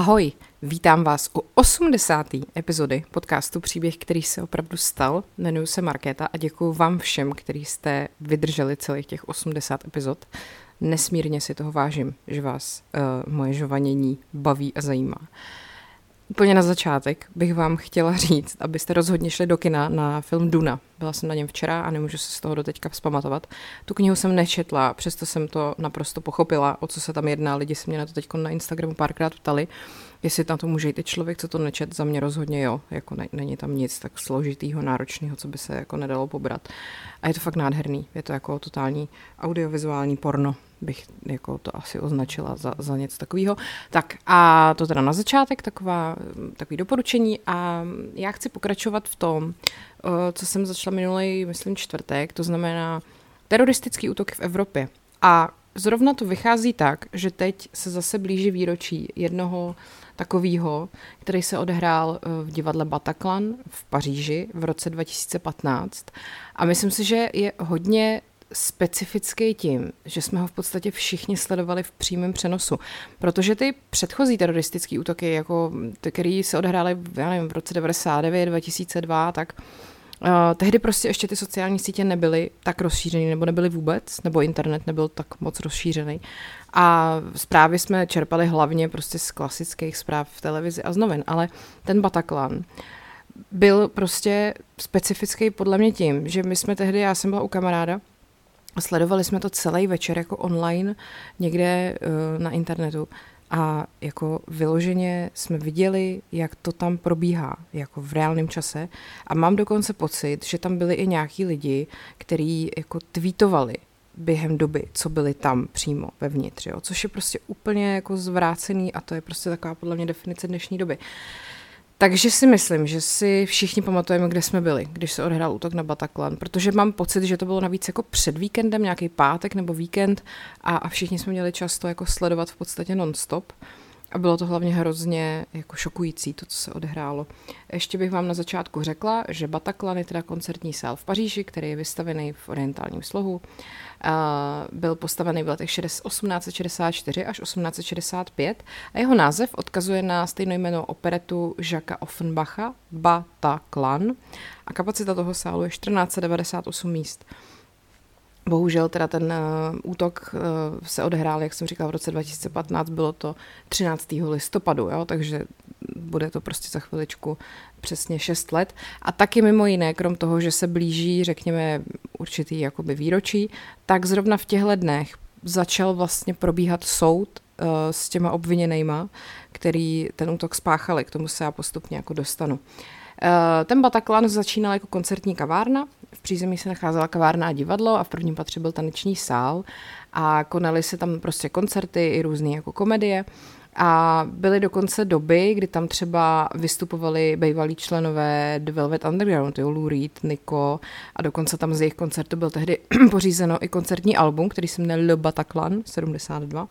Ahoj, vítám vás u 80. epizody podcastu Příběh, který se opravdu stal. Jmenuji se Markéta a děkuji vám všem, kteří jste vydrželi celých těch 80 epizod. Nesmírně si toho vážím, že vás moje žvanění baví a zajímá. Úplně na začátek bych vám chtěla říct, abyste rozhodně šli do kina na film Duna. Byla jsem na něm včera a nemůžu se z toho doteďka vzpamatovat. Tu knihu jsem nečetla, přesto jsem to naprosto pochopila, o co se tam jedná. Lidi se mě na to teď na Instagramu párkrát ptali, jestli na to může jít i člověk, co to nečet. Za mě rozhodně jo, jako není tam nic tak složitýho, náročného, co by se jako nedalo pobrat. A je to fakt nádherný, je to jako totální audiovizuální porno, bych jako to asi označila za něco takového. Tak a to teda na začátek, takový doporučení a já chci pokračovat v tom, co jsem začala minulý, myslím, čtvrtek, to znamená teroristický útok v Evropě. A zrovna to vychází tak, že teď se zase blíží výročí jednoho takového, který se odehrál v divadle Bataclan v Paříži v roce 2015. A myslím si, že je hodně specifický tím, že jsme ho v podstatě všichni sledovali v přímém přenosu. Protože ty předchozí teroristické útoky, jako ty, které se odehrály v roce 99, 2002, tak tehdy prostě ještě ty sociální sítě nebyly tak rozšířený, nebo nebyly vůbec, nebo internet nebyl tak moc rozšířený. A zprávy jsme čerpali hlavně prostě z klasických zpráv v televizi a z novin, ale ten Bataclan byl prostě specifický podle mě tím, že my jsme tehdy, já jsem byla u kamaráda, a sledovali jsme to celý večer jako online někde na internetu a jako vyloženě jsme viděli, jak to tam probíhá jako v reálném čase a mám dokonce pocit, že tam byli i nějaký lidi, kteří jako tweetovali během doby, co byli tam přímo vevnitř, jo? Což je prostě úplně jako zvrácený a to je prostě taková podle mě definice dnešní doby. Takže si myslím, že si všichni pamatujeme, kde jsme byli, když se odehrál útok na Bataclan, protože mám pocit, že to bylo navíc jako před víkendem, nějaký pátek nebo víkend a všichni jsme měli čas to jako sledovat v podstatě non-stop a bylo to hlavně hrozně jako šokující, to, co se odehrálo. Ještě bych vám na začátku řekla, že Bataclan je teda koncertní sál v Paříži, který je vystavený v orientálním slohu. Byl postavený v letech 1864 až 1865 a jeho název odkazuje na stejnojmennou operetu Jacquesa Offenbacha Bataclan a kapacita toho sálu je 1498 míst. Bohužel teda ten útok se odehrál, jak jsem říkala, v roce 2015, bylo to 13. listopadu, jo, takže bude to prostě za chviličku přesně 6 let. A taky mimo jiné, krom toho, že se blíží, řekněme, určitý jakoby výročí, tak zrovna v těchto dnech začal vlastně probíhat soud s těma obviněnejma, který ten útok spáchali, k tomu se já postupně jako dostanu. Ten Bataclan začínal jako koncertní kavárna, v přízemí se nacházela kavárna a divadlo a v prvním patře byl taneční sál a konaly se tam prostě koncerty i různé jako komedie a byly dokonce doby, kdy tam třeba vystupovali bývalí členové The Velvet Underground, Lou Reed, Nico a dokonce tam z jejich koncertu byl tehdy pořízeno i koncertní album, který se jmenuje Le Bataclan 72.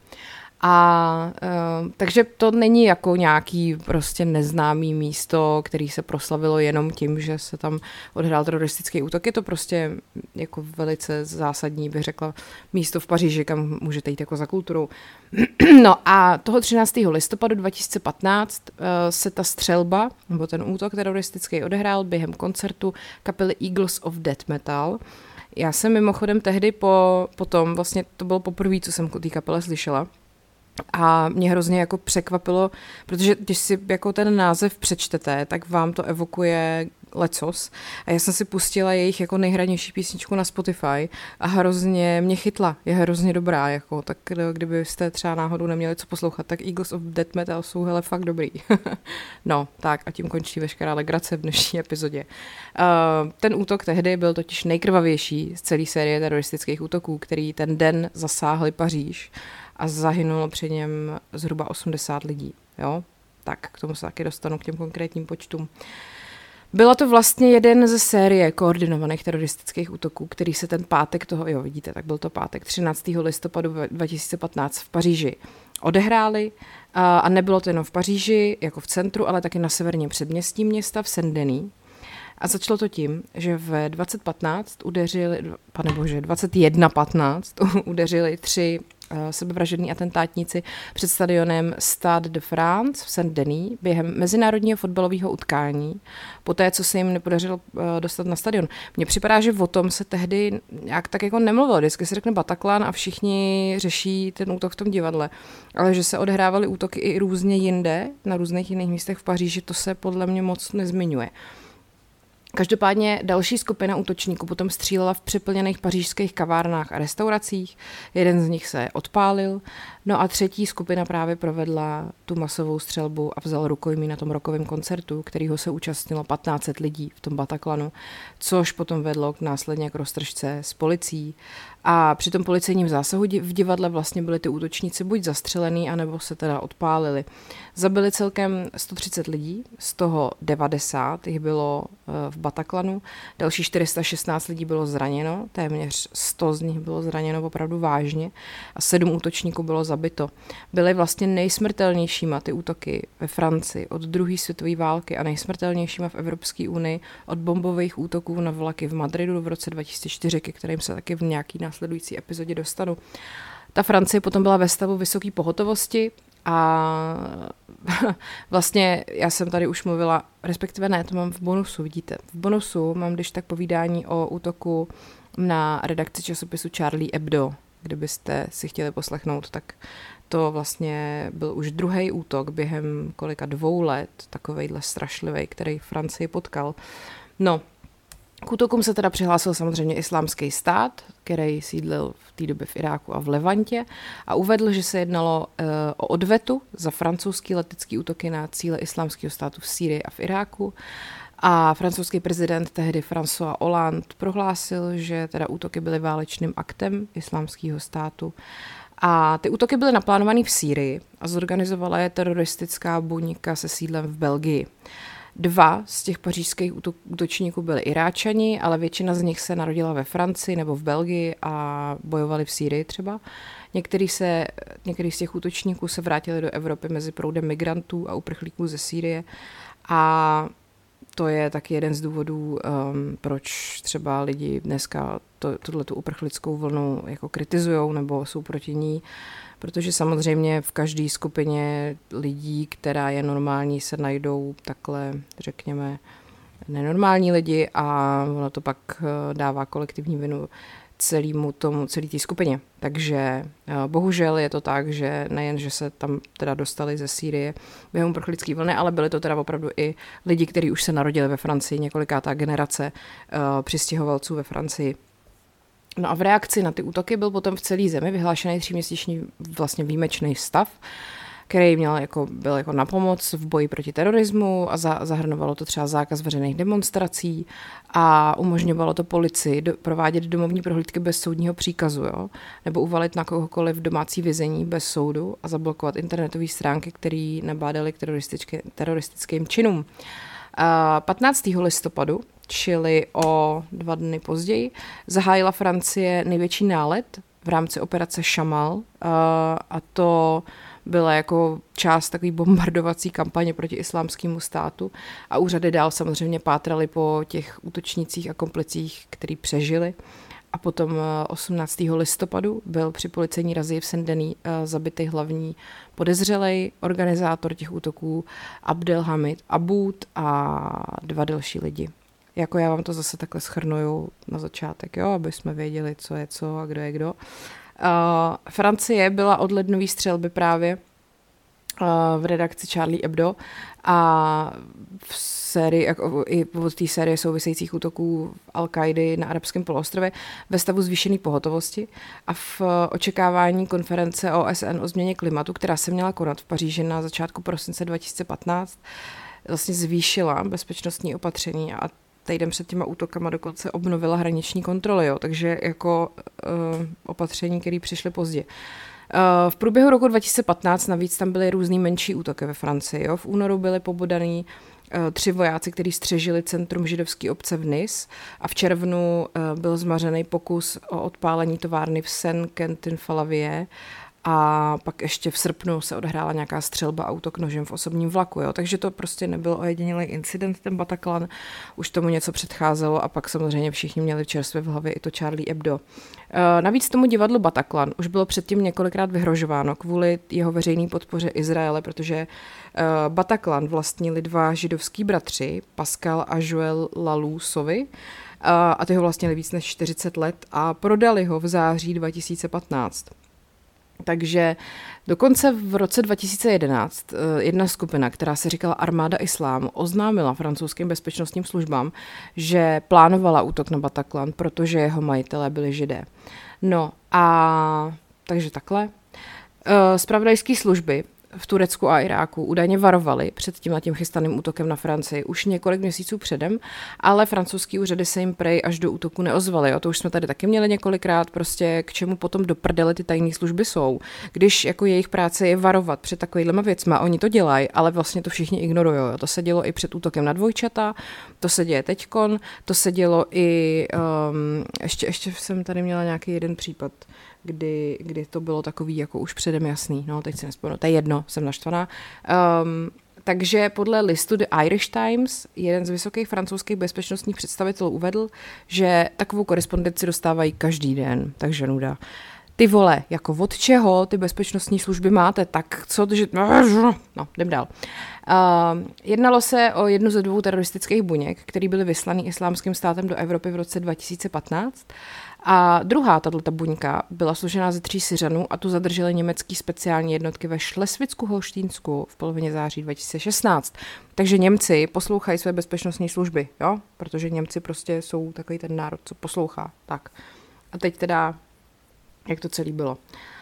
A takže to není jako nějaký prostě neznámý místo, který se proslavilo jenom tím, že se tam odhrál teroristický útok. Je to prostě jako velice zásadní, bych řekla, místo v Paříži, kam můžete jít jako za kulturou. No a toho 13. listopadu 2015 se ta střelba, nebo ten útok teroristický odehrál během koncertu kapely Eagles of Death Metal. Já jsem mimochodem tehdy potom, vlastně to bylo poprvé, co jsem o té kapele slyšela, a mě hrozně jako překvapilo, protože když si jako ten název přečtete, tak vám to evokuje lecos. A já jsem si pustila jejich jako nejhranější písničku na Spotify a hrozně mě chytla. Je hrozně dobrá, jako, tak kdybyste třeba náhodou neměli co poslouchat, tak Eagles of Death Metal jsou hele fakt dobrý. No, tak a tím končí veškerá legrace v dnešní epizodě. Ten útok tehdy byl totiž nejkrvavější z celé série teroristických útoků, který ten den zasáhli Paříž a zahynulo při něm zhruba 80 lidí. Jo? Tak k tomu se taky dostanu, k těm konkrétním počtům. Byla to vlastně jeden ze série koordinovaných teroristických útoků, který se ten pátek toho, jo vidíte, tak byl to pátek 13. listopadu 2015 v Paříži odehráli a nebylo to jenom v Paříži, jako v centru, ale taky na severním předměstí města v Saint-Denis. A začalo to tím, že v 21:15 udeřili 3 sebevražední atentátníci před stadionem Stade de France v Saint-Denis během mezinárodního fotbalového utkání, poté, co se jim nepodařilo dostat na stadion. Mně připadá, že o tom se tehdy nějak tak jako nemluvilo. Vždycky se řekne Bataclan a všichni řeší ten útok v tom divadle. Ale že se odehrávaly útoky i různě jinde, na různých jiných místech v Paříži, to se podle mě moc nezmiňuje. Každopádně další skupina útočníků potom střílela v přeplněných pařížských kavárnách a restauracích, jeden z nich se odpálil, no a třetí skupina právě provedla tu masovou střelbu a vzal rukojmí na tom rockovém koncertu, kterýho se účastnilo 1500 lidí v tom Bataclanu, což potom vedlo následně k roztržce s policií. A při tom policejním zásahu v divadle vlastně byli ty útočníci buď zastřelený, anebo se teda odpálili. Zabili celkem 130 lidí, z toho 90 jich bylo v Bataclanu, další 416 lidí bylo zraněno, téměř 100 z nich bylo zraněno opravdu vážně a 7 útočníků bylo zabito. Byly vlastně nejsmrtelnějšíma ty útoky ve Francii od druhé světové války a nejsmrtelnějšíma v Evropské unii od bombových útoků na vlaky v Madridu v roce 2004, ke kterým se taky v nějaký následující epizodě dostanu. Ta Francie potom byla ve stavu vysoké pohotovosti a vlastně já jsem tady už mluvila, respektive ne, to mám v bonusu, vidíte. V bonusu mám když tak povídání o útoku na redakci časopisu Charlie Hebdo. Kdybyste si chtěli poslechnout, tak to vlastně byl už druhý útok během 2 let, takovejhle strašlivý, který Francii potkal. No, k útokům se teda přihlásil samozřejmě Islámský stát, který sídlil v té době v Iráku a v Levantě a uvedl, že se jednalo o odvetu za francouzský letecký útoky na cíle Islámského státu v Sýrii a v Iráku. A francouzský prezident tehdy François Hollande prohlásil, že teda útoky byly válečným aktem Islámského státu. A ty útoky byly naplánované v Sýrii a zorganizovala je teroristická buňka se sídlem v Belgii. 2 z těch pařížských útočníků byli Iráčani, ale většina z nich se narodila ve Francii nebo v Belgii a bojovali v Sýrii třeba. Některý z těch útočníků se vrátili do Evropy mezi proudem migrantů a uprchlíků ze Sýrie a to je taky jeden z důvodů, proč třeba lidi dneska tuhletu uprchlickou vlnu jako kritizujou nebo jsou proti ní, protože samozřejmě v každé skupině lidí, která je normální, se najdou takhle, řekněme, nenormální lidi a ono to pak dává kolektivní vinu celé té skupině. Takže bohužel je to tak, že nejen, že se tam teda dostali ze Sýrie během uprchlické vlny, ale byly to teda opravdu i lidi, kteří už se narodili ve Francii, několikátá generace přistěhovalců ve Francii. No a v reakci na ty útoky byl potom v celé zemi vyhlášený 3měsíční vlastně výjimečný stav, který byl jako na pomoc v boji proti terorismu a zahrnovalo to třeba zákaz veřejných demonstrací a umožňovalo to policii provádět domovní prohlídky bez soudního příkazu, jo? Nebo uvalit na kohokoliv domácí vězení bez soudu a zablokovat internetové stránky, které nabádaly k teroristickým činům. 15. listopadu, čili o 2 dny později, zahájila Francie největší nálet v rámci operace Chamal a to byla jako část takové bombardovací kampaně proti Islámskému státu a úřady dál samozřejmě pátraly po těch útočnících a komplicích, který přežili. A potom 18. listopadu byl při policejní razii v Saint-Denis zabitý hlavní podezřelej, organizátor těch útoků Abdelhamid Aboud a 2 další lidi. Jako já vám to zase takhle shrnuju na začátek, jo, aby jsme věděli, co je co a kdo je kdo. Francie byla od lednové střelby právě v redakci Charlie Hebdo a v sérii, i od té série souvisejících útoků Al-Kaidy na arabském poloostrově ve stavu zvýšené pohotovosti a v očekávání konference OSN o změně klimatu, která se měla konat v Paříži na začátku prosince 2015, vlastně zvýšila bezpečnostní opatření a týden před těma útokama dokonce obnovila hraniční kontroly, jo, takže jako opatření, které přišly pozdě. V průběhu roku 2015 navíc tam byly různý menší útoky ve Francii. Jo. V únoru byly pobodaný 3 vojáci, kteří střežili centrum židovské obce v Nice a v červnu byl zmařený pokus o odpálení továrny v Saint-Quentin-Fallavier a pak ještě v srpnu se odehrála nějaká střelba a útok nožem v osobním vlaku, jo? Takže to prostě nebyl ojedinělý incident, ten Bataclan, už tomu něco předcházelo a pak samozřejmě všichni měli čerstvě v hlavě i to Charlie Hebdo. Navíc tomu divadlu Bataclan už bylo předtím několikrát vyhrožováno kvůli jeho veřejné podpoře Izraele, protože Bataclan vlastnili dva židovský bratři, Pascal a Joel Lalousovi, a ty ho vlastnili víc než 40 let a prodali ho v září 2015. Takže dokonce v roce 2011 jedna skupina, která se říkala Armáda Islámu, oznámila francouzským bezpečnostním službám, že plánovala útok na Bataclan, protože jeho majitelé byli Židé. No a takže takhle. Zpravodajské služby v Turecku a Iráku údajně varovali před tímhletím chystaným útokem na Francii už několik měsíců předem, ale francouzský úřady se jim prej až do útoku neozvaly. To už jsme tady taky měli několikrát, prostě k čemu potom do prdele ty tajné služby jsou. Když jako jejich práce je varovat před takovýhlema věcma, oni to dělají, ale vlastně to všichni ignorují. To se dělo i před útokem na dvojčata, to se děje teďkon, to se dělo i, ještě jsem tady měla nějaký jeden případ, kdy to bylo takový jako už předem jasný, no teď si nespomenu, to je jedno, jsem naštvaná. Takže podle listu The Irish Times jeden z vysokých francouzských bezpečnostních představitelů uvedl, že takovou korespondenci dostávají každý den, takže nuda. Ty vole, jako od čeho ty bezpečnostní služby máte, tak co, že... No, jdem dál. Jednalo se o jednu ze dvou teroristických buněk, které byly vyslaný Islámským státem do Evropy v roce 2015. A druhá tato buňka byla složená ze 3 Syřanů a tu zadržely německý speciální jednotky ve Šlesvicku-Holštínsku v polovině září 2016. Takže Němci poslouchají své bezpečnostní služby, jo? Protože Němci prostě jsou takový ten národ, co poslouchá. Tak. A teď teda, jak to celé bylo.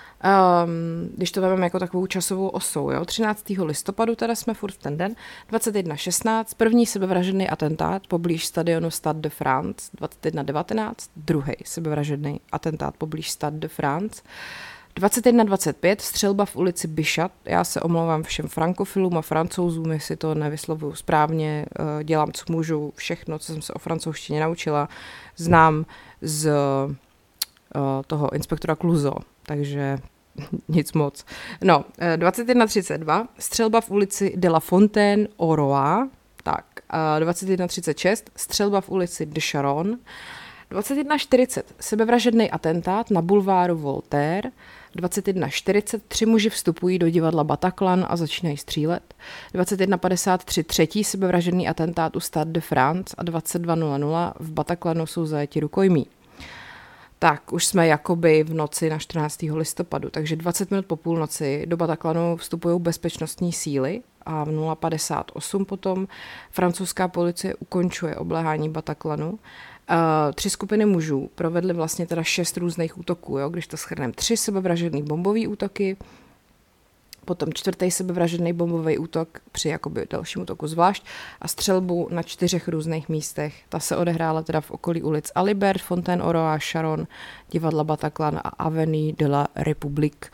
Když to vezmeme jako takovou časovou osou, jo? 13. listopadu, teda jsme furt v ten den, 21.16, první sebevražedný atentát poblíž stadionu Stade de France, 21.19, druhý sebevražedný atentát poblíž Stade de France, 21.25, střelba v ulici Bichat, já se omlouvám všem frankofilům a Francouzům, jestli to nevyslovuju správně, dělám, co můžu, všechno, co jsem se o francouzštině naučila, znám z toho inspektora Clouseau, takže nic moc. No, 21.32, střelba v ulici de la Fontaine au Roi, tak, 21.36, střelba v ulici de Charonne, 21.40, sebevražedný atentát na bulváru Voltaire, 21.40, 3 muži vstupují do divadla Bataclan a začínají střílet, 21.53, třetí sebevražedný atentát u Stade de France a 22.00 v Bataclanu jsou zajati rukojmí. Tak, už jsme jakoby v noci na 14. listopadu, takže 20 minut po půlnoci do Bataclanu vstupují bezpečnostní síly a v 0:58 potom francouzská policie ukončuje obléhání Bataclanu. 3 skupiny mužů provedly vlastně teda 6 různých útoků, jo? Když to shrneme, 3 sebevražedný bombový útoky, potom 4. sebevražedný bombový útok při jakoby dalším útoku zvlášť a střelbu na 4 různých místech. Ta se odehrála teda v okolí ulic Alibert, Fontaine au Roi, Charonne, divadla Bataclan a Avenue de la République.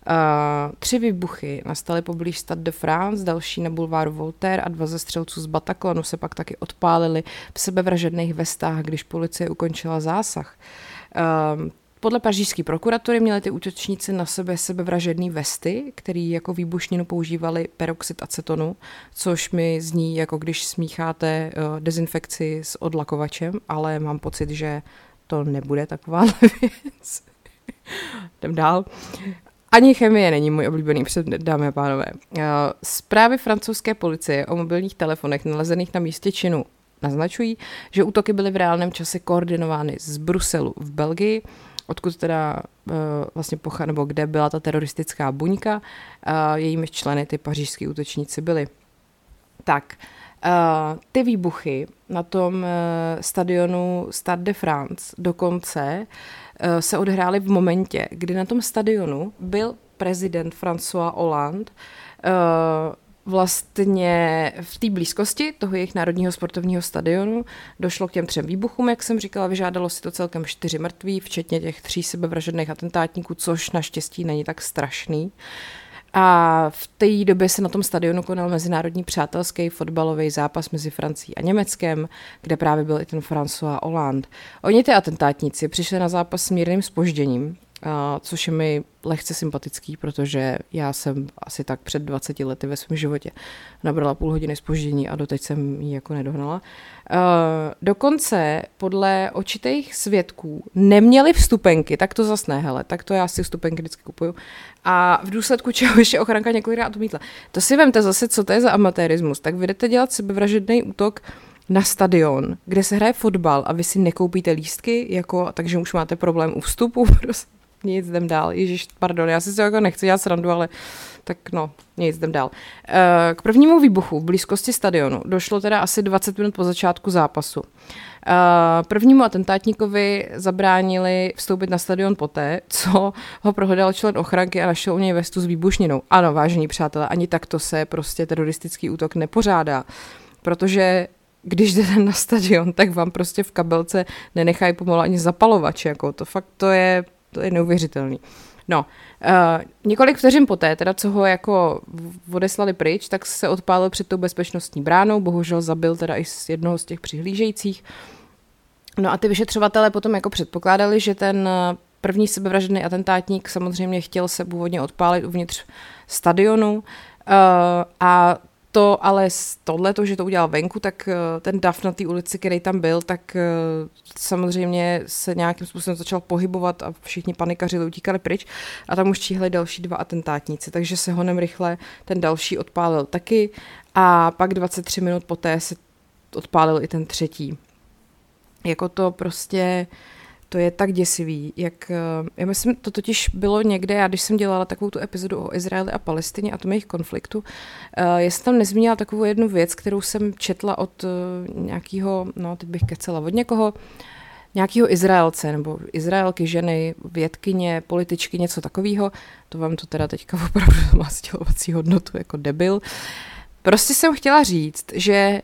3 výbuchy nastaly poblíž Stade de France, další na bulváru Voltaire a 2 ze střelců z Bataclanu se pak taky odpálili v sebevražedných vestách, když policie ukončila zásah. Podle pařížské prokuratury měli ty útočníci na sebe sebevražedné vesty, který jako výbušninu používali peroxid acetonu, což mi zní jako když smícháte dezinfekci s odlakovačem, ale mám pocit, že to nebude taková věc. Jdem dál. Ani chemie není můj oblíbený předmět, dámy a pánové. Zprávy francouzské policie o mobilních telefonech nalezených na místě činu naznačují, že útoky byly v reálném čase koordinovány z Bruselu v Belgii, odkud teda vlastně nebo kde byla ta teroristická buňka, jejími členy ty pařížský útočníci byli. Tak, ty výbuchy na tom stadionu Stade de France dokonce se odehrály v momentě, kdy na tom stadionu byl prezident François Hollande vlastně v té blízkosti toho jejich národního sportovního stadionu došlo k těm 3 výbuchům, jak jsem říkala, vyžádalo si to celkem 4 mrtví, včetně těch 3 sebevražedných atentátníků, což naštěstí není tak strašný. A v té době se na tom stadionu konal mezinárodní přátelský fotbalový zápas mezi Francií a Německem, kde právě byl i ten François Hollande. Oni ty atentátníci přišli na zápas s mírným zpožděním což je mi lehce sympatický, protože já jsem asi tak před 20 lety ve svém životě nabrala půl hodiny zpoždění a doteď jsem ji jako nedohnala. Dokonce podle očitých svědků neměli vstupenky, tak to zas ne, hele, tak to já si vstupenky vždycky kupuju. A v důsledku čeho ještě ochranka několikrát odmítla. To si vemte zase, co to je za amatérismus. Tak vy jdete dělat sebevražedný útok na stadion, kde se hraje fotbal a vy si nekoupíte lístky, jako, takže už máte problém u vstupu, prostě nic, jdem dál. Ježiš, pardon, já si to jako nechci dělat srandu, ale tak no, nic, jdem dál. K prvnímu výbuchu v blízkosti stadionu došlo teda asi 20 minut po začátku zápasu. Prvnímu atentátníkovi zabránili vstoupit na stadion poté, co ho prohledal člen ochranky a našel u něj vestu s výbušninou. Ano, vážení přátelé, ani takto se prostě teroristický útok nepořádá, protože když jdete na stadion, tak vám prostě v kabelce nenechají pomalu ani zapalovač, jako to fakt to je neuvěřitelný. No, několik vteřin poté, teda co ho jako odeslali pryč, tak se odpálil před tou bezpečnostní bránou, bohužel zabil teda i jednoho z těch přihlížejících. No a ty vyšetřovatelé potom jako předpokládali, že ten první sebevražedný atentátník samozřejmě chtěl se původně odpálit uvnitř stadionu a to ale tohleto, že to udělal venku, tak ten dav na té ulici, který tam byl, tak samozřejmě se nějakým způsobem začal pohybovat a všichni panikařili, utíkali pryč a tam už číhli další 2 atentátníci, takže se honem rychle ten další odpálil taky a pak 23 minut poté se odpálil i ten třetí. Jako to prostě, to je tak děsivý, jak, já myslím, to totiž bylo někde, já když jsem dělala takovou tu epizodu o Izraeli a Palestině a tom jejich konfliktu, já jsem tam nezmínila takovou jednu věc, kterou jsem četla od nějakého, no teď bych kecela, od někoho, nějakého Izraelce, nebo Izraelky, ženy, vědkyně, političky, něco takového, to vám to teda teďka opravdu má sdělovací hodnotu jako debil. Prostě jsem chtěla říct, že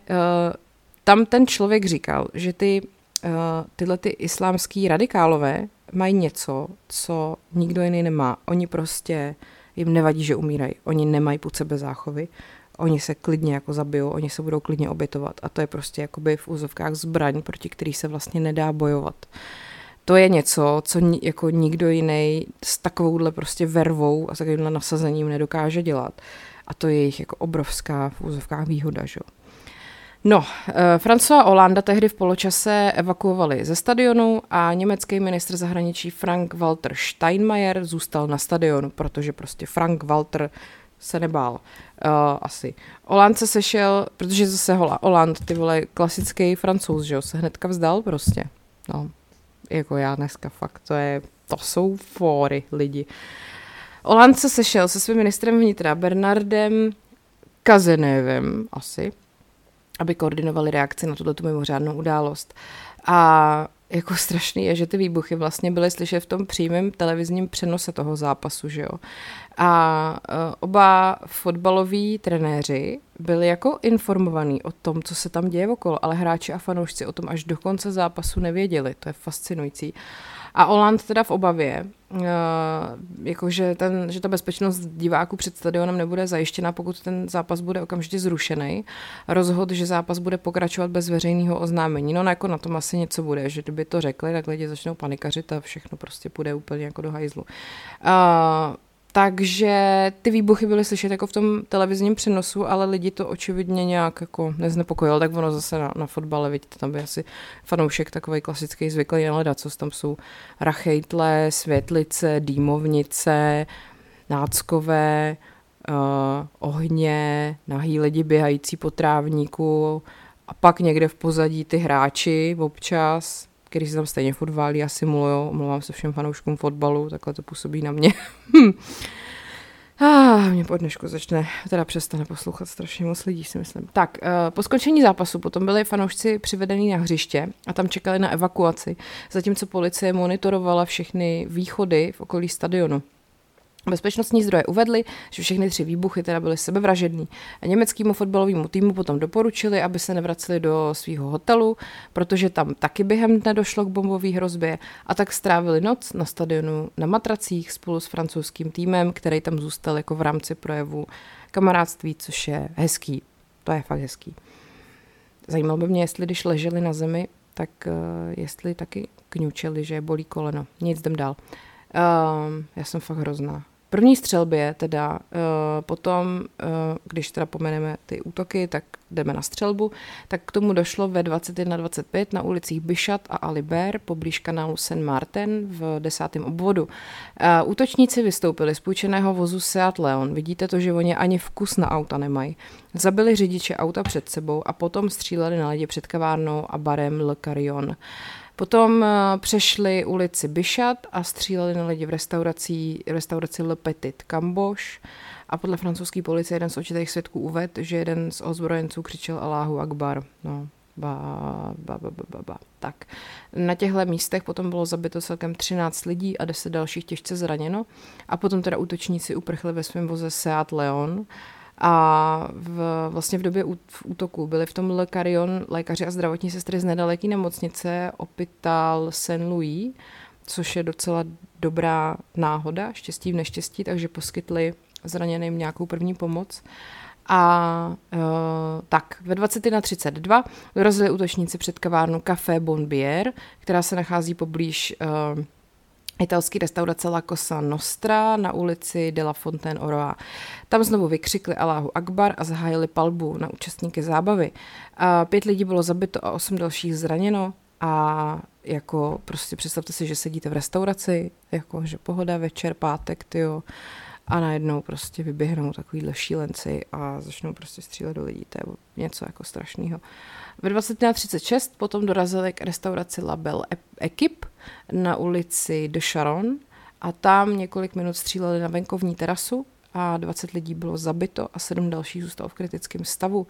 tam ten člověk říkal, že tyhle ty islámský radikálové mají něco, co nikdo jiný nemá. Oni prostě, jim nevadí, že umírají. Oni nemají pud sebe záchovy. Oni se klidně jako zabijou, oni se budou klidně obětovat. A to je prostě jakoby v úzovkách zbraň, proti který se vlastně nedá bojovat. To je něco, co jako nikdo jiný s takovouhle prostě vervou a s takovýmhle nasazením nedokáže dělat. A to je jejich jako obrovská v úzovkách výhoda, že? No, François Hollande tehdy v poločase evakuovali ze stadionu a německý ministr zahraničí Frank-Walter Steinmeier zůstal na stadionu, protože prostě Frank-Walter se nebál. Asi. Hollande se sešel, protože zase Hollande, ty vole, klasický Francouz, že jo, se hnedka vzdal prostě. No, jako já dneska fakt, to jsou fóry lidi. Hollande se sešel se svým ministrem vnitra Bernardem Cazeneuve, asi, aby koordinovali reakci na tuto mimořádnou událost. A jako strašný je, že ty výbuchy vlastně byly slyšet v tom přímém televizním přenose toho zápasu, že jo. A oba fotbaloví trenéři byli jako informovaní o tom, co se tam děje okolo, ale hráči a fanoušci o tom až do konce zápasu nevěděli. To je fascinující. A Hollande teda v obavě, jakože že ta bezpečnost diváků před stadionem nebude zajištěna, pokud ten zápas bude okamžitě zrušený, rozhodl, že zápas bude pokračovat bez veřejného oznámení. No jako na tom asi něco bude, že kdyby to řekli, tak lidi začnou panikařit a všechno prostě půjde úplně jako do hajzlu. Takže ty výbuchy byly slyšet jako v tom televizním přenosu, ale lidi to očividně nějak jako neznepokojilo, tak ono zase na fotbale, vidíte, tam by asi fanoušek takovej klasický zvyklý nehledat, co tam jsou rachejtle, světlice, dýmovnice, náckové, ohně, nahý lidi běhající po trávníku a pak někde v pozadí ty hráči občas, který se tam stejně furt válí a simulujou. Omlouvám se všem fanouškům fotbalu, takhle to působí na mě. Mě po dnešku přestane poslouchat strašně moc lidí, si myslím. Tak, po skončení zápasu potom byli fanoušci přivedení na hřiště a tam čekali na evakuaci, zatímco policie monitorovala všechny východy v okolí stadionu. Bezpečnostní zdroje uvedly, že všechny 3 výbuchy teda byly sebevražedný. Německému fotbalovému týmu potom doporučili, aby se nevraceli do svého hotelu, protože tam taky během dne došlo k bombové hrozbě a tak strávili noc na stadionu na matracích spolu s francouzským týmem, který tam zůstal jako v rámci projevu kamarádství, což je hezký. To je fakt hezký. Zajímalo by mě, jestli když leželi na zemi, tak jestli taky kňučeli, že bolí koleno. Nic, jdem dál. Já jsem fakt hrozná. První střelbě teda, potom, když teda pomeneme ty útoky, tak jdeme na střelbu, tak k tomu došlo ve 21:25 na ulicích Bichat a Alibert poblíž kanálu Saint-Martin v 10. obvodu. Útočníci vystoupili z půjčeného vozu Seat Leon. Vidíte to, že oni ani vkus na auta nemají. Zabili řidiče auta před sebou a potom stříleli na lidi před kavárnou a barem Le Carillon. Potom přešli ulici Bichat a stříleli na lidi v restauraci Le Petit Camboche a podle francouzské policie jeden z očitých svědků uvedl, že jeden z ozbrojenců křičel Allahu Akbar. No, Tak. Na těchto místech potom bylo zabito celkem 13 lidí a 10 dalších těžce zraněno a potom teda útočníci uprchli ve svém voze Seat Leon. A vlastně v době útoku byli v tom Le Carillon lékaři a zdravotní sestry z nedaleké nemocnice Hôpital Saint-Louis, což je docela dobrá náhoda, štěstí v neštěstí, takže poskytli zraněným nějakou první pomoc. A tak, ve 20:32 dorazili útočníci před kavárnu Café Bon Bière, která se nachází poblíž italský restaurace La Cosa Nostra na ulici de la Fontaine au Roi. Tam znovu vykřikli Allahu Akbar a zahájili palbu na účastníky zábavy. 5 lidí bylo zabito a 8 dalších zraněno a jako prostě představte si, že sedíte v restauraci, jako že pohoda, večer, pátek, tyjo, a najednou prostě vyběhnou takovýhle šílenci a začnou prostě střílet do lidí. To je něco jako strašného. Ve 21:36 potom dorazili k restauraci La Belle Équipe na ulici de Charonne a tam několik minut stříleli na venkovní terasu a 20 lidí bylo zabito a 7 dalších zůstalo v kritickém stavu.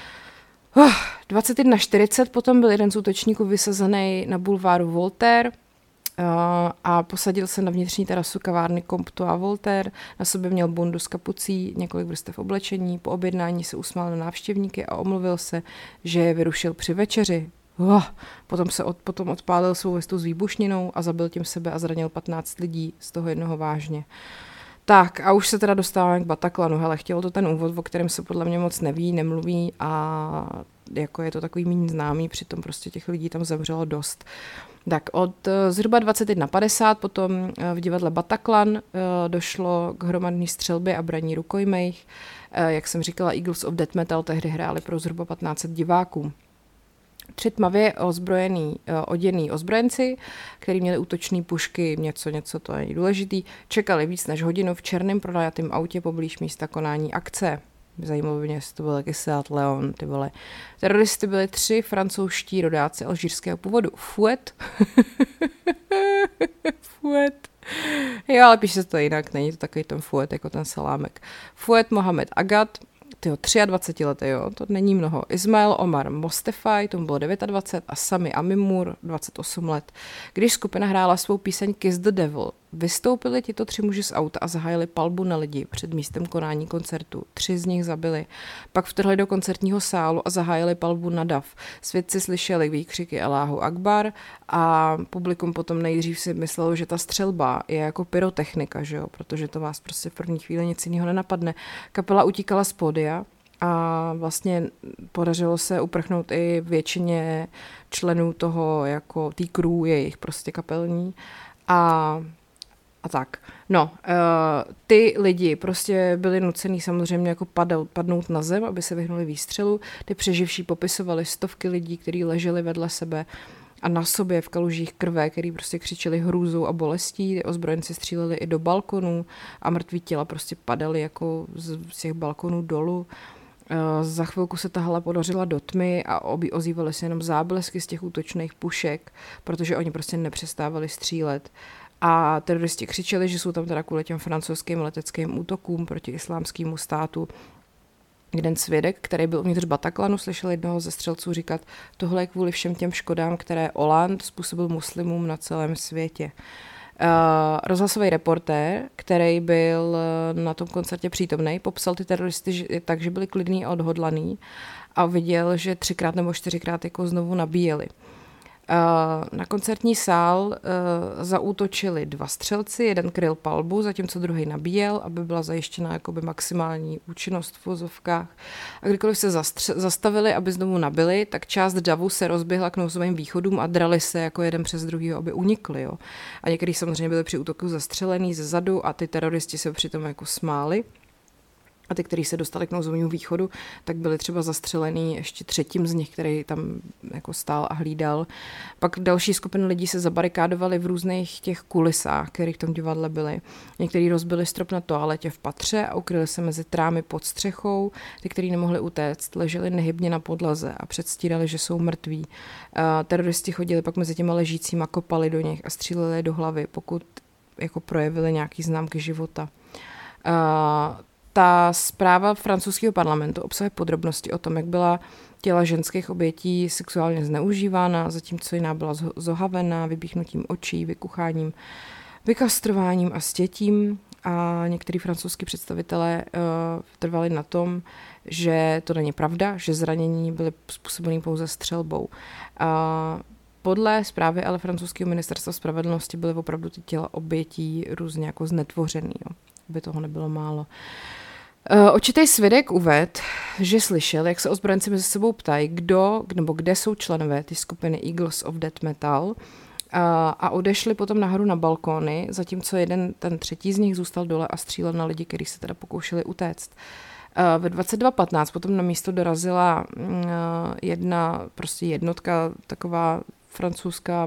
21:40 potom byl jeden z útočníků vysazený na bulváru Voltaire a posadil se na vnitřní terasu kavárny Comptoir Voltaire. Na sobě měl bundu s kapucí, několik vrstev oblečení. Po objednání se usmál na návštěvníky a omluvil se, že je vyrušil při večeři. Potom odpálil svou vestu s výbušninou a zabil tím sebe a zranil 15 lidí, z toho jednoho vážně. Tak a už se teda dostáváme k Bataclanu. Hele, chtělo to ten úvod, o kterém se podle mě moc neví, nemluví a jako je to takový méně známý, přitom prostě těch lidí tam zemřelo dost. Tak od zhruba 21:50 potom v divadle Bataclan došlo k hromadné střelbě a braní rukojmích. Jak jsem říkala, Eagles of Death Metal tehdy hráli pro zhruba 1500 diváků. 3 tmavě oděný ozbrojenci, kteří měli útočné pušky, něco, to není důležitý, čekali víc než hodinu v černém pronajatém autě poblíž místa konání akce. Zajímavé mě, jestli to byl taky Seat Leon, ty vole. Teroristy byli 3 francouzští rodáci alžírského původu. Fouet. Fouet. Jo, ale píše se to jinak, není to takový ten Fouet, jako ten salámek. Fouet Mohamed Agad, tyho 23 letý, jo, to není mnoho. Ismail Omar Mostefaj, tomu bylo 29 a Sami Amimur, 28 let. Když skupina hrála svou píseň Kiss the Devil, vystoupili tito 3 muži z auta a zahájili palbu na lidi před místem konání koncertu. 3 z nich zabili. Pak vtrhli do koncertního sálu a zahájili palbu na dav. Svědci slyšeli výkřiky Allahu Akbar a publikum potom nejdřív si myslelo, že ta střelba je jako pyrotechnika, že jo? Protože to vás prostě v první chvíli nic jiného nenapadne. Kapela utíkala z pódia a vlastně podařilo se uprchnout i většině členů toho, jako tý crew jejich prostě kapelní a tak. No, ty lidi prostě byli nucený samozřejmě jako padnout na zem, aby se vyhnuli výstřelu. Ty přeživší popisovali stovky lidí, kteří leželi vedle sebe a na sobě v kalužích krve, který prostě křičeli hrůzou a bolestí. Ty ozbrojenci stříleli i do balkonů a mrtví těla prostě padaly jako z těch balkonů dolů. Za chvilku se ta hala podařila do tmy a ozývaly se jenom záblesky z těch útočných pušek, protože oni prostě nepřestávali střílet. A teroristi křičeli, že jsou tam teda kvůli těm francouzským leteckým útokům proti islámskému státu. Jeden svědek, který byl uvnitř Bataclanu, slyšel jednoho ze střelců říkat, tohle je kvůli všem těm škodám, které Hollande způsobil muslimům na celém světě. Rozhlasový reportér, který byl na tom koncertě přítomný, popsal ty teroristy tak, že byli klidní a odhodlaný a viděl, že 3x nebo 4x jako znovu nabíjeli. Na koncertní sál zaútočili 2 střelci, jeden kryl palbu, zatímco druhý nabíjel, aby byla zajištěna jakoby maximální účinnost v vozovkách. A kdykoliv se zastavili, aby znovu nabili, tak část davu se rozběhla k nouzovým východům a drali se jako jeden přes druhýho, aby unikli. Jo. A někteří samozřejmě byli při útoku zastřelený ze zadu a ty teroristi se přitom jako smáli. A ty, kteří se dostali k nouzovému východu, tak byli třeba zastřelený ještě třetím z nich, který tam jako stál a hlídal. Pak další skupiny lidí se zabarikádovali v různých těch kulisách, které v tom divadle byly. Někteří rozbili strop na toaletě v patře a ukryli se mezi trámy pod střechou. Ty, kteří nemohli utéct, leželi nehybně na podlaze a předstírali, že jsou mrtví. Teroristi chodili pak mezi těma ležícíma, kopali do nich a stříleli je do hlavy, pokud jako projevili nějaký známky života. Ta zpráva francouzského parlamentu obsahuje podrobnosti o tom, jak byla těla ženských obětí sexuálně zneužívána, zatímco jiná byla zohavená vypíchnutím očí, vykucháním, vykastrováním a stětím. A některý francouzský představitelé trvali na tom, že to není pravda, že zranění byly způsobeny pouze střelbou. Podle zprávy ale francouzského ministerstva spravedlnosti byly opravdu ty těla obětí různě jako znetvořený, jo, aby toho nebylo málo. Očitý svědek uvedl, že slyšel, jak se ozbrojenci mezi sebou ptají, kdo nebo kde jsou členové té skupiny Eagles of Death Metal a odešli potom nahoru na balkóny, zatímco ten třetí z nich zůstal dole a střílel na lidi, kteří se teda pokoušeli utéct. Ve 22:15 potom na místo dorazila jednotka taková francouzská,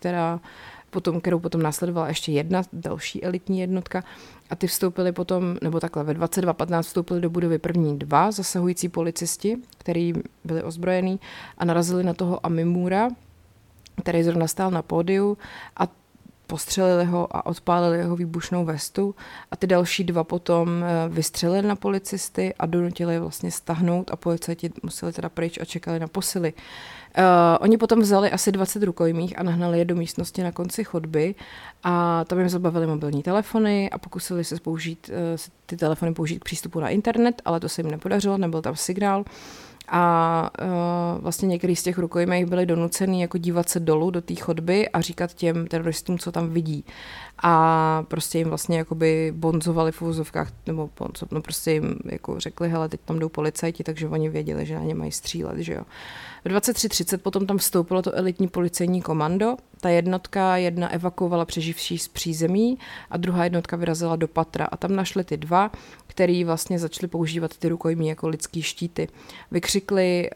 kterou potom následovala ještě jedna další elitní jednotka a ty vstoupili potom, nebo takhle, ve 22:15 vstoupili do budovy první 2 zasahující policisti, kteří byli ozbrojení a narazili na toho Amimura, který zrovna stál na pódiu a postřelili ho a odpálili jeho výbušnou vestu a ty další 2 potom vystřelili na policisty a donutili je vlastně stahnout a policajti museli teda pryč a čekali na posily. Oni potom vzali asi 20 rukojmích a nahnali je do místnosti na konci chodby a tam jim zabavili mobilní telefony a pokusili se ty telefony použít k přístupu na internet, ale to se jim nepodařilo, nebyl tam signál. A vlastně některý z těch rukojmích byli donucený jako dívat se dolů do té chodby a říkat těm teroristům, co tam vidí. A prostě jim vlastně jakoby bonzovali v uvozovkách, nebo prostě jim jako řekli, hele, teď tam jdou policajti, takže oni věděli, že na ně mají střílet, že jo. V 23:30 potom tam vstoupilo to elitní policejní komando. Ta jedna evakuovala přeživší z přízemí a druhá jednotka vyrazila do patra a tam našli ty 2, který vlastně začali používat ty rukojmí jako lidský štíty. Vykřikli,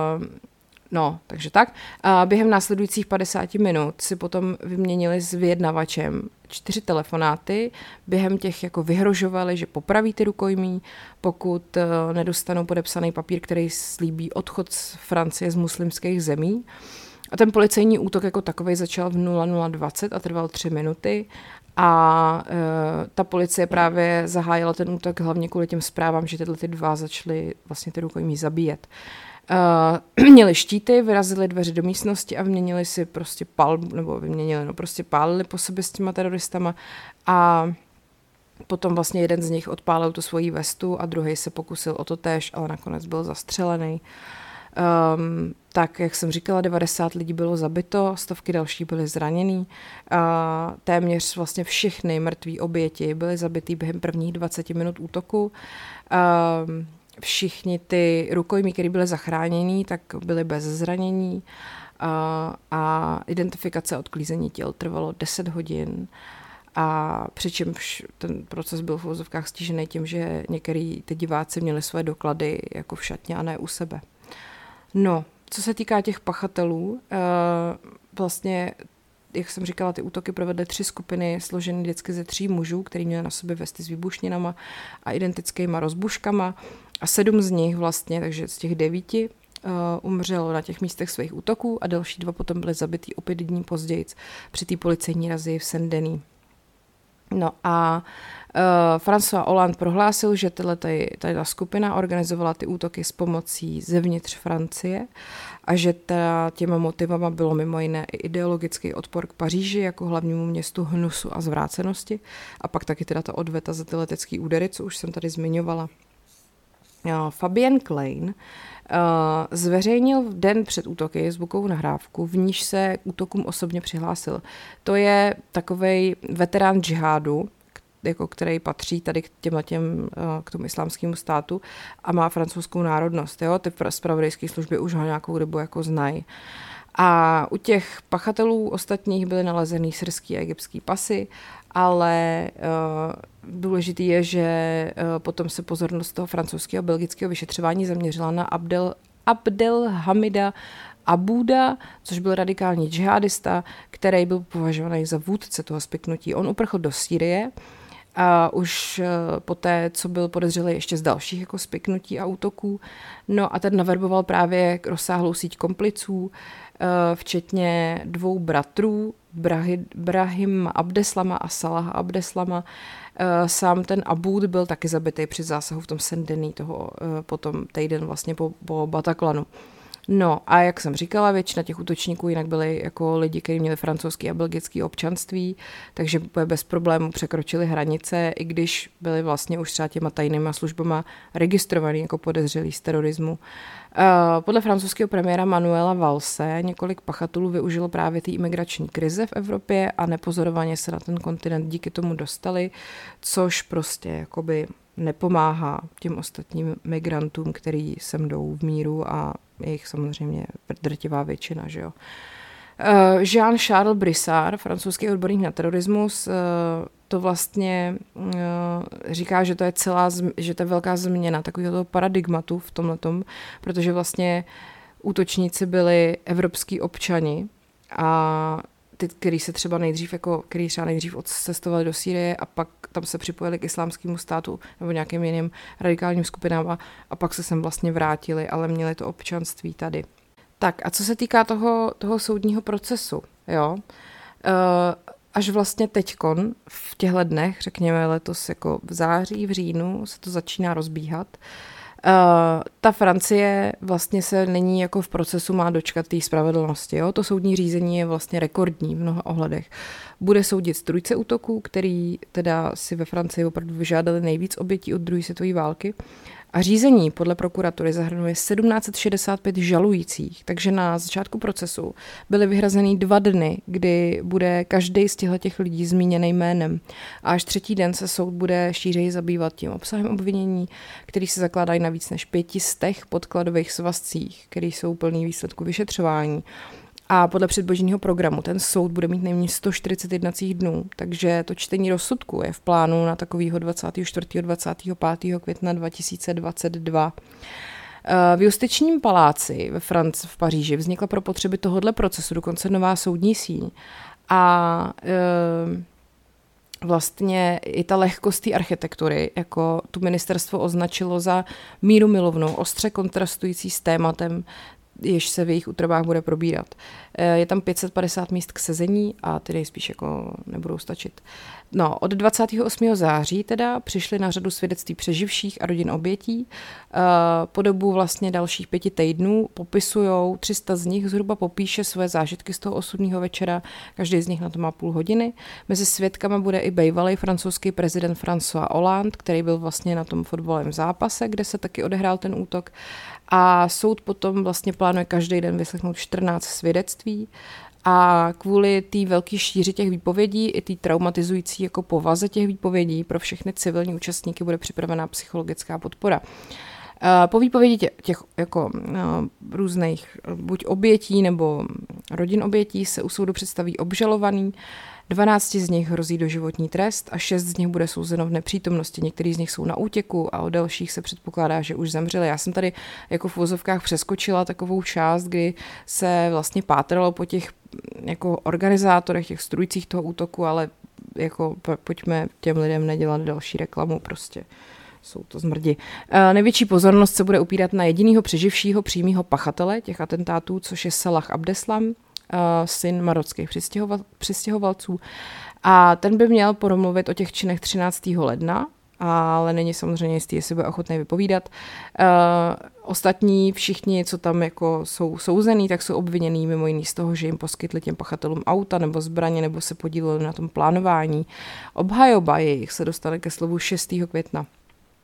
takže tak. A během následujících 50 minut si potom vyměnili s vyjednavačem 4 telefonáty, během těch jako vyhrožovali, že popraví ty rukojmí, pokud nedostanou podepsaný papír, který slíbí odchod z Francie z muslimských zemí. A ten policejní útok jako takovej začal v 00:20 a trval 3 minuty a ta policie právě zahájila ten útok hlavně kvůli těm zprávám, že tyhle ty 2 začaly vlastně ty rukojmí zabíjet. Měli štíty, vyrazili dveře do místnosti a vyměnili si prostě pálili po sobě s těma teroristama a potom vlastně jeden z nich odpálil tu svoji vestu a druhý se pokusil o to též, ale nakonec byl zastřelený. Tak, jak jsem říkala, 90 lidí bylo zabito, stovky další byly zraněný. Téměř vlastně všechny mrtví oběti byly zabitý během prvních 20 minut útoku. Všichni ty rukojmí, které byly zachránění, tak byly bez zranění a identifikace a odklízení těl trvalo 10 hodin. A přičemž ten proces byl v uvozovkách stížený tím, že některý ty diváci měli své doklady jako v šatně a ne u sebe. No, co se týká těch pachatelů, vlastně, jak jsem říkala, ty útoky provedly 3 skupiny složené vždycky ze 3 mužů, kteří měli na sobě vesty s výbušninama a identickýma rozbuškama a 7 z nich vlastně, takže z těch 9 umřelo na těch místech svých útoků a další 2 potom byly zabitý o 5 dní později při té policejní razii v Saint-Denis. No a François Hollande prohlásil, že tato skupina organizovala ty útoky s pomocí zevnitř Francie a že těma motivama bylo mimo jiné i ideologický odpor k Paříži jako hlavnímu městu hnusu a zvrácenosti a pak taky teda ta odveta za ty letecký údery, co už jsem tady zmiňovala. Fabian Klein zveřejnil v den před útoky zvukovou nahrávku, v níž se k útokům osobně přihlásil. To je takovej veterán džihádu, jako který patří tady k tomu islámskému státu a má francouzskou národnost. Jo? Ty zpravodajské služby už ho nějakou dobu jako znají. A u těch pachatelů ostatních byly nalezeny syrský a egyptský pasy, ale důležitý je, že potom se pozornost toho francouzského a belgického vyšetřování zaměřila na Abdelhamida Abuda, což byl radikální džihadista, který byl považovaný za vůdce toho spiknutí. On uprchl do Sýrie a už poté, co byl podezřelý ještě z dalších jako spiknutí a útoků. No a ten naverboval právě rozsáhlou síť kompliců, včetně 2 bratrů, Brahim Abdeslama a Salah Abdeslama. Sám ten Abud byl taky zabitý při zásahu v tom Saint-Denis, toho potom týden vlastně po Bataclanu. No a jak jsem říkala, většina těch útočníků jinak byli jako lidi, kteří měli francouzský a belgický občanství, takže bez problémů překročili hranice, i když byli vlastně už třeba těma tajnýma službama registrovaný jako podezřelí z terorismu. Podle francouzského premiéra Manuela Vallse několik pachatelů využilo právě té imigrační krize v Evropě a nepozorovaně se na ten kontinent díky tomu dostali, což prostě jakoby nepomáhá těm ostatním migrantům, který sem jdou v míru a je jich samozřejmě drtivá většina, že jo. Jean-Charles Brissard, francouzský odborník na terorismus, to vlastně říká, že to je že to je velká změna takového toho paradigmatu v tomhletom, protože vlastně útočníci byli evropský občani a ty, který třeba nejdřív odcestovali do Sýrie a pak tam se připojili k islámskému státu nebo nějakým jiným radikálním skupinám a pak se sem vlastně vrátili, ale měli to občanství tady. Tak a co se týká toho soudního procesu, jo, až vlastně teďkon v těchto dnech, řekněme letos jako v září, v říjnu se to začíná rozbíhat. Ta Francie vlastně se nyní jako v procesu má dočkat té spravedlnosti. Jo? To soudní řízení je vlastně rekordní v mnoha ohledech. Bude soudit strůjce útoků, který teda si ve Francii opravdu vyžádali nejvíc obětí od druhé světové války. A řízení podle prokuratury zahrnuje 1765 žalujících, takže na začátku procesu byly vyhrazeny 2 dny, kdy bude každý z těchto lidí zmíněný jménem. A až 3. den se soud bude šířeji zabývat tím obsahem obvinění, který se zakládají na víc než 500 podkladových svazcích, které jsou plný výsledku vyšetřování. A podle předběžného programu ten soud bude mít nejméně 140 jednacích dnů, takže to čtení rozsudku je v plánu na takovýho 24. 25. května 2022. V justičním paláci v Paříži vznikla pro potřeby tohohle procesu dokonce nová soudní síň a vlastně i ta lehkost té architektury, jako tu ministerstvo označilo za míru milovnou, ostře kontrastující s tématem, jež se v jejich útrobách bude probírat. Je tam 550 míst k sezení a ty nejspíš jako nebudou stačit. No, od 28. září teda přišly na řadu svědectví přeživších a rodin obětí. Po dobu vlastně dalších 5 týdnů popisujou, 300 z nich zhruba popíše své zážitky z toho osudného večera, každý z nich na to má půl hodiny. Mezi svědkama bude i bývalý francouzský prezident François Hollande, který byl vlastně na tom fotbalovém zápase, kde se taky odehrál ten útok. A soud potom vlastně plánuje každý den vyslechnout 14 svědectví a kvůli té velké šíři těch výpovědí i té traumatizující jako povaze těch výpovědí pro všechny civilní účastníky bude připravená psychologická podpora. Po výpovědi těch jako různých buď obětí nebo rodin obětí se u soudu představí obžalovaný. 12 z nich hrozí doživotní trest a 6 z nich bude souzeno v nepřítomnosti. Některý z nich jsou na útěku a o dalších se předpokládá, že už zemřeli. Já jsem tady jako v uvozovkách přeskočila takovou část, kdy se vlastně pátralo po těch jako organizátorech, těch strůjcích toho útoku, ale jako pojďme těm lidem nedělat další reklamu prostě. Jsou to zmrdi. Největší pozornost se bude upírat na jedinýho přeživšího přímého pachatele těch atentátů, což je Salah Abdeslam, syn marockých přistěhovalců. A ten by měl promluvit o těch činech 13. ledna, ale není samozřejmě jistý, jestli bude ochotný vypovídat. Ostatní všichni, co tam jako jsou souzený, tak jsou obviněný mimo jiný z toho, že jim poskytli těm pachatelům auta nebo zbraně, nebo se podíleli na tom plánování. Obhajoba jejich se dostane ke slovu 6. května.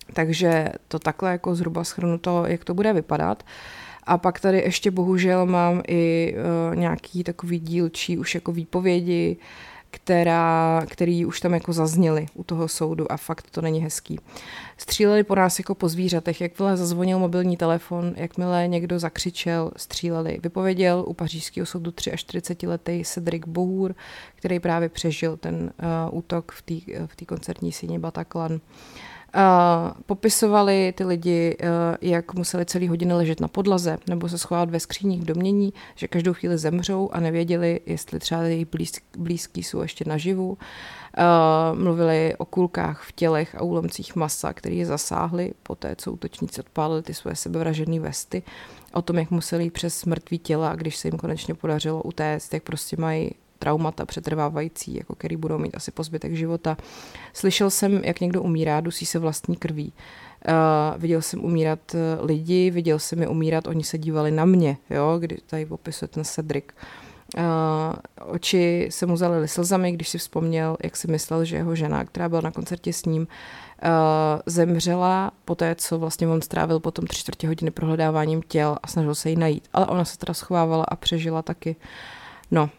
Takže to takhle jako zhruba shrnuto, jak to bude vypadat. A pak tady ještě bohužel mám i nějaký takový dílčí už jako výpovědi, který už tam jako zazněly u toho soudu a fakt to není hezký. Stříleli po nás jako po zvířatech, jakmile zazvonil mobilní telefon, jakmile někdo zakřičel, stříleli. Vypověděl u pařížského soudu 43letý Cedric Bohur, který právě přežil ten útok v té koncertní síni Bataclan. Popisovali ty lidi, jak museli celý hodiny ležet na podlaze nebo se schovávat ve skříních v domnění, že každou chvíli zemřou a nevěděli, jestli třeba jejich blízký jsou ještě naživu. Mluvili o kulkách v tělech a úlomcích masa, který je zasáhli poté, co útočníci odpálili ty svoje sebevražedné vesty. O tom, jak museli jít přes mrtvý těla a když se jim konečně podařilo utéct, jak prostě mají traumata přetrvávající, jako který budou mít asi po zbytek života. Slyšel jsem, jak někdo umírá, dusí se vlastní krví. Viděl jsem umírat lidi, viděl jsem je umírat, oni se dívali na mě, jo, kdy tady popisuje ten Cedric. Oči se mu zalily slzami, když si vzpomněl, jak si myslel, že jeho žena, která byla na koncertě s ním, zemřela poté, co vlastně on strávil potom 3/4 hodiny prohledáváním těl a snažil se jí najít. Ale ona se teda schovávala a přežila taky. No,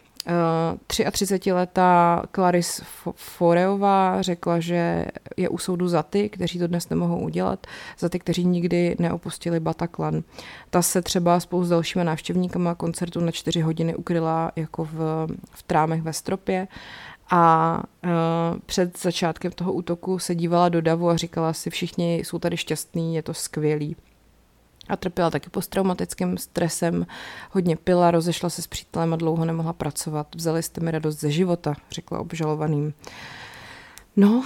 33letá Clarisse Foreová řekla, že je u soudu za ty, kteří to dnes nemohou udělat, za ty, kteří nikdy neopustili Bataclan. Ta se třeba spolu s dalšíma návštěvníkama koncertu na 4 hodiny ukryla jako v trámech ve stropě a před začátkem toho útoku se dívala do davu a říkala si, všichni jsou tady šťastní, je to skvělý. A trpěla taky posttraumatickým stresem, hodně pila, rozešla se s přítelem a dlouho nemohla pracovat. Vzali jste mi radost ze života, řekla obžalovaným. No,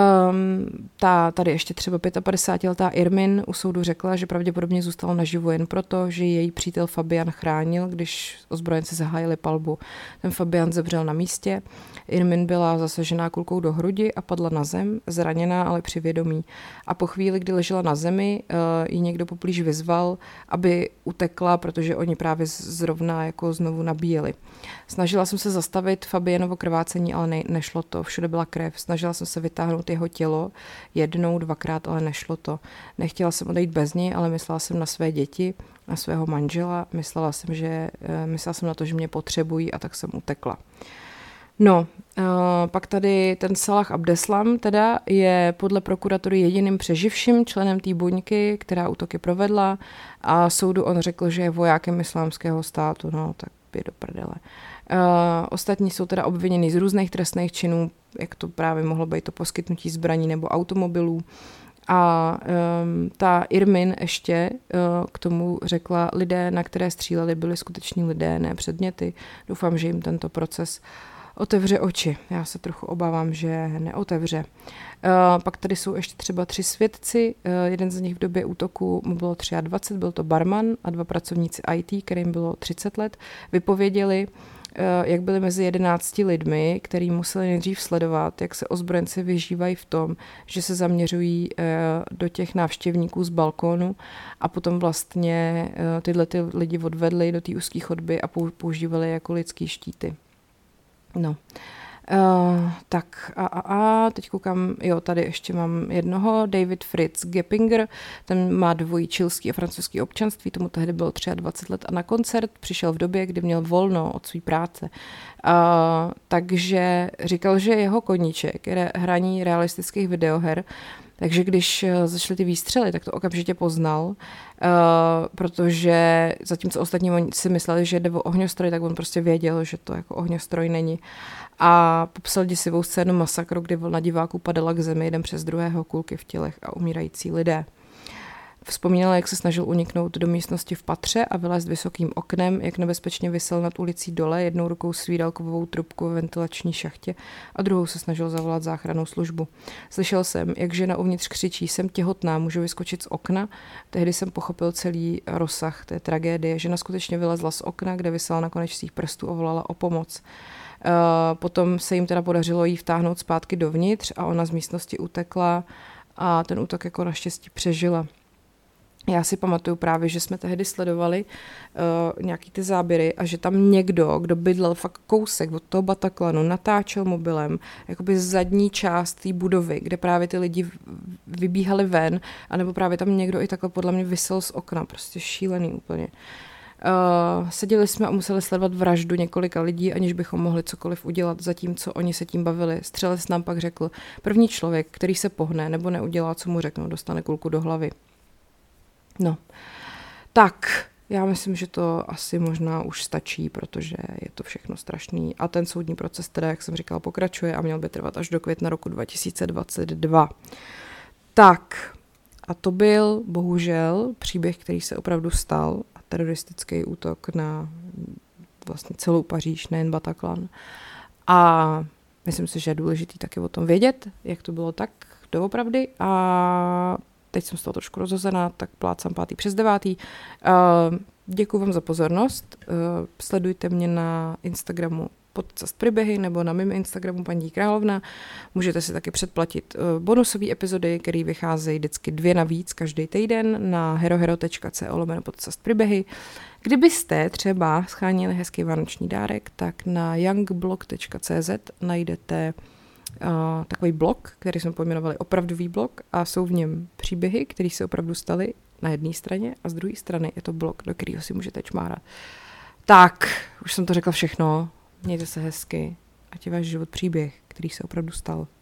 tady ještě třeba 55letá Irmin u soudu řekla, že pravděpodobně zůstala naživu jen proto, že její přítel Fabian chránil, když ozbrojenci zahájili palbu. Ten Fabian zemřel na místě. Irmin byla zasažená kulkou do hrudi a padla na zem, zraněná, ale při vědomí. A po chvíli, kdy ležela na zemi, ji někdo poblíž vyzval, aby utekla, protože oni právě zrovna jako znovu nabíjeli. Snažila jsem se zastavit Fabianovo krvácení, ale nešlo to. Všude byla krev. Snažila jsem se vytáhnout jeho tělo 1, 2krát, ale nešlo to. Nechtěla jsem odejít bez něj, ale myslela jsem na své děti, na svého manžela. Myslela jsem na to, že mě potřebují a tak jsem utekla. No, pak tady ten Salah Abdeslam teda je podle prokuratury jediným přeživším členem té buňky, která útoky provedla a soudu on řekl, že je vojákem islámského státu, no tak je do prdele. Ostatní jsou teda obviněni z různých trestných činů, jak to právě mohlo být to poskytnutí zbraní nebo automobilů. A ta Irmin ještě k tomu řekla, lidé, na které stříleli, byli skuteční lidé, ne předměty. Doufám, že jim tento proces otevře oči. Já se trochu obávám, že neotevře. Pak tady jsou ještě třeba 3 svědci. Jeden z nich v době útoku mu bylo 23, byl to barman a 2 pracovníci IT, kterým bylo 30 let, vypověděli, jak byli mezi 11 lidmi, který museli nejdřív sledovat, jak se ozbrojenci vyžívají v tom, že se zaměřují do těch návštěvníků z balkónu a potom vlastně tyhle ty lidi odvedli do té úzké chodby a používali jako lidský štíty. No, tak a teď koukám, jo, tady ještě mám jednoho, David Fritz Geppinger, ten má dvojí chilský a francouzský občanství, tomu tehdy bylo 23 let a na koncert přišel v době, kdy měl volno od své práce. Takže říkal, že jeho koníček je hraní realistických videoher, takže když začaly ty výstřely, tak to okamžitě poznal, protože zatímco ostatní si mysleli, že jde o ohňostroj, tak on prostě věděl, že to jako ohňostroj není. A popsal děsivou scénu masakru, kdy vlna diváků padala k zemi jeden přes druhého, kulky v tělech a umírající lidé. Vzpomínala, jak se snažil uniknout do místnosti v patře a vylézt vysokým oknem, jak nebezpečně visel nad ulicí dole, jednou rukou svíral kovovou trubku ve ventilační šachtě a druhou se snažil zavolat záchrannou službu. Slyšel jsem, jak žena uvnitř křičí, jsem těhotná, můžu vyskočit z okna. Tehdy jsem pochopil celý rozsah té tragédie. Žena skutečně vylezla z okna, kde visela na konečcích prstů a volala o pomoc. Potom se jim teda podařilo jí vtáhnout zpátky dovnitř a ona z místnosti utekla a ten útok jako naštěstí přežila. Já si pamatuju právě, že jsme tehdy sledovali nějaký ty záběry a že tam někdo, kdo bydlel fakt kousek od toho Bataclanu, natáčel mobilem jakoby zadní část té budovy, kde právě ty lidi vybíhali ven, anebo právě tam někdo i takhle podle mě visel z okna, prostě šílený úplně. Seděli jsme a museli sledovat vraždu několika lidí, aniž bychom mohli cokoliv udělat, zatímco oni se tím bavili. Střelec nám pak řekl, první člověk, který se pohne nebo neudělá, co mu řeknou, dostane kulku do hlavy. No, tak já myslím, že to asi možná už stačí, protože je to všechno strašný. A ten soudní proces teda, jak jsem říkala, pokračuje a měl by trvat až do května roku 2022. Tak, a to byl bohužel příběh, který se opravdu stal, a teroristický útok na vlastně celou Paříž, nejen Bataclan. A myslím si, že je důležitý taky o tom vědět, jak to bylo tak doopravdy. A teď jsem z toho trošku rozhozená, tak plácám 5. přes 9. Děkuji vám za pozornost. Sledujte mě na Instagramu Podcast Příběhy nebo na mém Instagramu Paní Královna. Můžete si taky předplatit bonusové epizody, které vycházejí vždycky 2 navíc každý týden na herohero.co/podcast Příběhy. Kdybyste třeba schánili hezký vánoční dárek, tak na youngblog.cz najdete takový blog, který jsme pojmenovali opravdový blog a jsou v něm příběhy, které se opravdu staly na jedné straně a z druhé strany je to blog, do kterého si můžete čmárat. Tak, už jsem to řekla všechno. Mějte se hezky, ať je váš život příběh, který se opravdu stal.